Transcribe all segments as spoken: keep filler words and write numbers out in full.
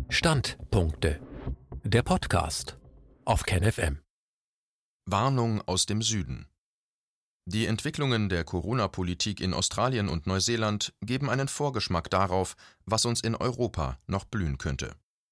Standpunkte. Der Podcast auf KenFM. M. Warnung aus dem Süden. Die Entwicklungen der Corona-Politik in Australien und Neuseeland geben einen Vorgeschmack darauf, was uns in Europa noch blühen könnte.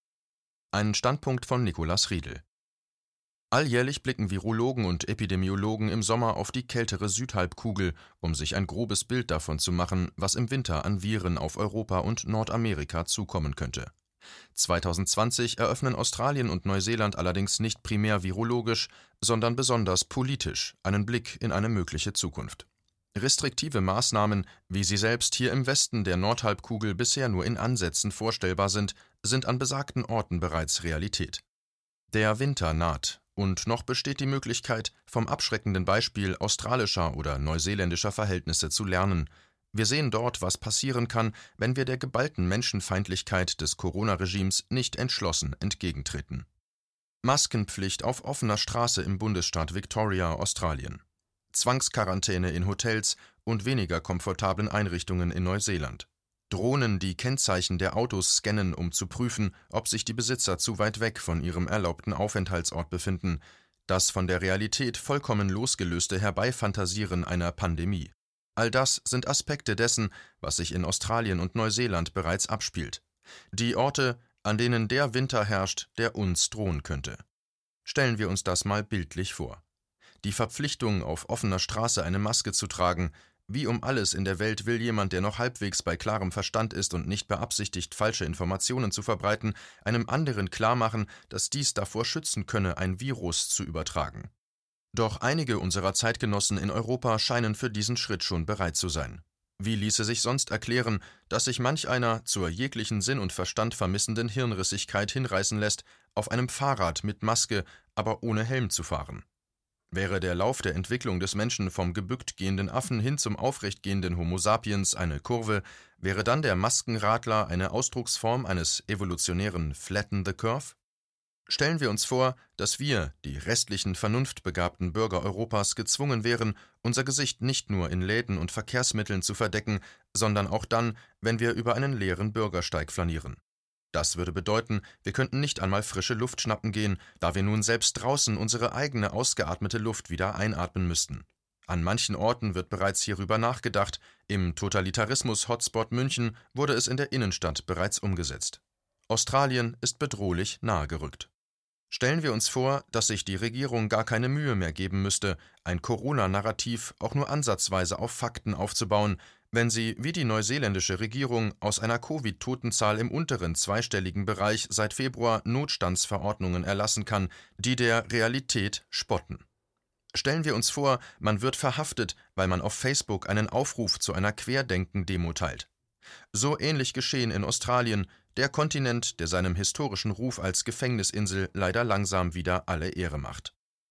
Ein Standpunkt von Nikolaus Riedel. Alljährlich blicken Virologen und Epidemiologen im Sommer auf die kältere Südhalbkugel, um sich ein grobes Bild davon zu machen, was im Winter an Viren auf Europa und Nordamerika zukommen könnte. zwanzig zwanzig eröffnen Australien und Neuseeland allerdings nicht primär virologisch, sondern besonders politisch einen Blick in eine mögliche Zukunft. Restriktive Maßnahmen, wie sie selbst hier im Westen der Nordhalbkugel bisher nur in Ansätzen vorstellbar sind, sind an besagten Orten bereits Realität. Der Winter naht, und noch besteht die Möglichkeit, vom abschreckenden Beispiel australischer oder neuseeländischer Verhältnisse zu lernen. Wir sehen dort, was passieren kann, wenn wir der geballten Menschenfeindlichkeit des Corona-Regimes nicht entschlossen entgegentreten. Maskenpflicht auf offener Straße im Bundesstaat Victoria, Australien. Zwangsquarantäne in Hotels und weniger komfortablen Einrichtungen in Neuseeland. Drohnen, die Kennzeichen der Autos scannen, um zu prüfen, ob sich die Besitzer zu weit weg von ihrem erlaubten Aufenthaltsort befinden. Das von der Realität vollkommen losgelöste Herbeifantasieren einer Pandemie. All das sind Aspekte dessen, was sich in Australien und Neuseeland bereits abspielt. Die Orte, an denen der Winter herrscht, der uns drohen könnte. Stellen wir uns das mal bildlich vor. Die Verpflichtung, auf offener Straße eine Maske zu tragen. Wie um alles in der Welt will jemand, der noch halbwegs bei klarem Verstand ist und nicht beabsichtigt, falsche Informationen zu verbreiten, einem anderen klarmachen, dass dies davor schützen könne, ein Virus zu übertragen. Doch einige unserer Zeitgenossen in Europa scheinen für diesen Schritt schon bereit zu sein. Wie ließe sich sonst erklären, dass sich manch einer zur jeglichen Sinn und Verstand vermissenden Hirnrissigkeit hinreißen lässt, auf einem Fahrrad mit Maske, aber ohne Helm zu fahren? Wäre der Lauf der Entwicklung des Menschen vom gebückt gehenden Affen hin zum aufrecht gehenden Homo sapiens eine Kurve, wäre dann der Maskenradler eine Ausdrucksform eines evolutionären Flatten the Curve? Stellen wir uns vor, dass wir, die restlichen vernunftbegabten Bürger Europas, gezwungen wären, unser Gesicht nicht nur in Läden und Verkehrsmitteln zu verdecken, sondern auch dann, wenn wir über einen leeren Bürgersteig flanieren. Das würde bedeuten, wir könnten nicht einmal frische Luft schnappen gehen, da wir nun selbst draußen unsere eigene ausgeatmete Luft wieder einatmen müssten. An manchen Orten wird bereits hierüber nachgedacht, im Totalitarismus-Hotspot München wurde es in der Innenstadt bereits umgesetzt. Australien ist bedrohlich nahe gerückt. Stellen wir uns vor, dass sich die Regierung gar keine Mühe mehr geben müsste, ein Corona-Narrativ auch nur ansatzweise auf Fakten aufzubauen, wenn sie, wie die neuseeländische Regierung, aus einer Covid-Totenzahl im unteren zweistelligen Bereich seit Februar Notstandsverordnungen erlassen kann, die der Realität spotten. Stellen wir uns vor, man wird verhaftet, weil man auf Facebook einen Aufruf zu einer Querdenken-Demo teilt. So ähnlich geschehen in Australien, der Kontinent, der seinem historischen Ruf als Gefängnisinsel leider langsam wieder alle Ehre macht.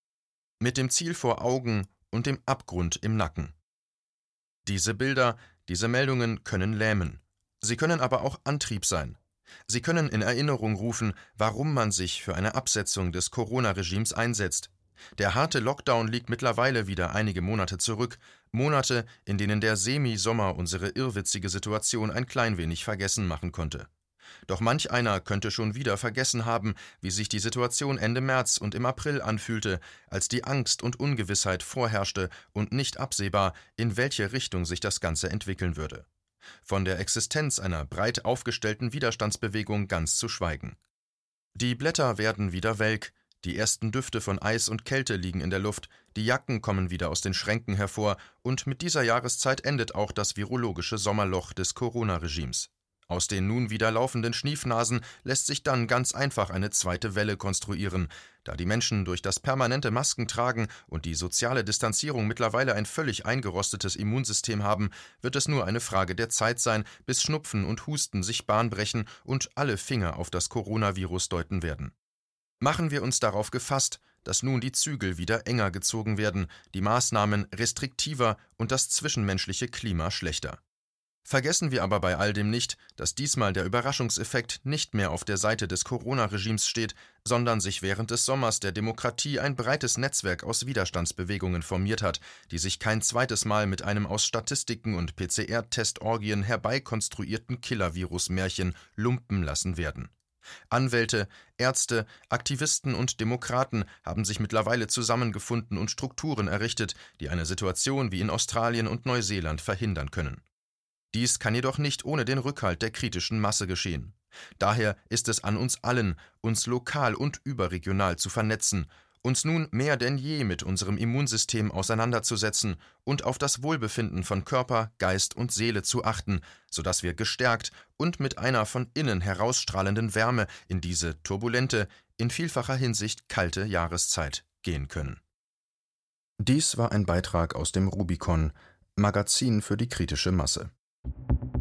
Mit dem Ziel vor Augen und dem Abgrund im Nacken. Diese Bilder, diese Meldungen können lähmen. Sie können aber auch Antrieb sein. Sie können in Erinnerung rufen, warum man sich für eine Absetzung des Corona-Regimes einsetzt. Der harte Lockdown liegt mittlerweile wieder einige Monate zurück, Monate, in denen der Semi-Sommer unsere irrwitzige Situation ein klein wenig vergessen machen konnte. Doch manch einer könnte schon wieder vergessen haben, wie sich die Situation Ende März und im April anfühlte, als die Angst und Ungewissheit vorherrschte und nicht absehbar, in welche Richtung sich das Ganze entwickeln würde. Von der Existenz einer breit aufgestellten Widerstandsbewegung ganz zu schweigen. Die Blätter werden wieder welk, die ersten Düfte von Eis und Kälte liegen in der Luft, die Jacken kommen wieder aus den Schränken hervor und mit dieser Jahreszeit endet auch das virologische Sommerloch des Corona-Regimes. Aus den nun wieder laufenden Schniefnasen lässt sich dann ganz einfach eine zweite Welle konstruieren. Da die Menschen durch das permanente Maskentragen und die soziale Distanzierung mittlerweile ein völlig eingerostetes Immunsystem haben, wird es nur eine Frage der Zeit sein, bis Schnupfen und Husten sich Bahn brechen und alle Finger auf das Coronavirus deuten werden. Machen wir uns darauf gefasst, dass nun die Zügel wieder enger gezogen werden, die Maßnahmen restriktiver und das zwischenmenschliche Klima schlechter. Vergessen wir aber bei all dem nicht, dass diesmal der Überraschungseffekt nicht mehr auf der Seite des Corona-Regimes steht, sondern sich während des Sommers der Demokratie ein breites Netzwerk aus Widerstandsbewegungen formiert hat, die sich kein zweites Mal mit einem aus Statistiken und P C R-Testorgien herbeikonstruierten Killer-Virus-Märchen lumpen lassen werden. Anwälte, Ärzte, Aktivisten und Demokraten haben sich mittlerweile zusammengefunden und Strukturen errichtet, die eine Situation wie in Australien und Neuseeland verhindern können. Dies kann jedoch nicht ohne den Rückhalt der kritischen Masse geschehen. Daher ist es an uns allen, uns lokal und überregional zu vernetzen, uns nun mehr denn je mit unserem Immunsystem auseinanderzusetzen und auf das Wohlbefinden von Körper, Geist und Seele zu achten, sodass wir gestärkt und mit einer von innen herausstrahlenden Wärme in diese turbulente, in vielfacher Hinsicht kalte Jahreszeit gehen können. Dies war ein Beitrag aus dem Rubicon, Magazin für die kritische Masse.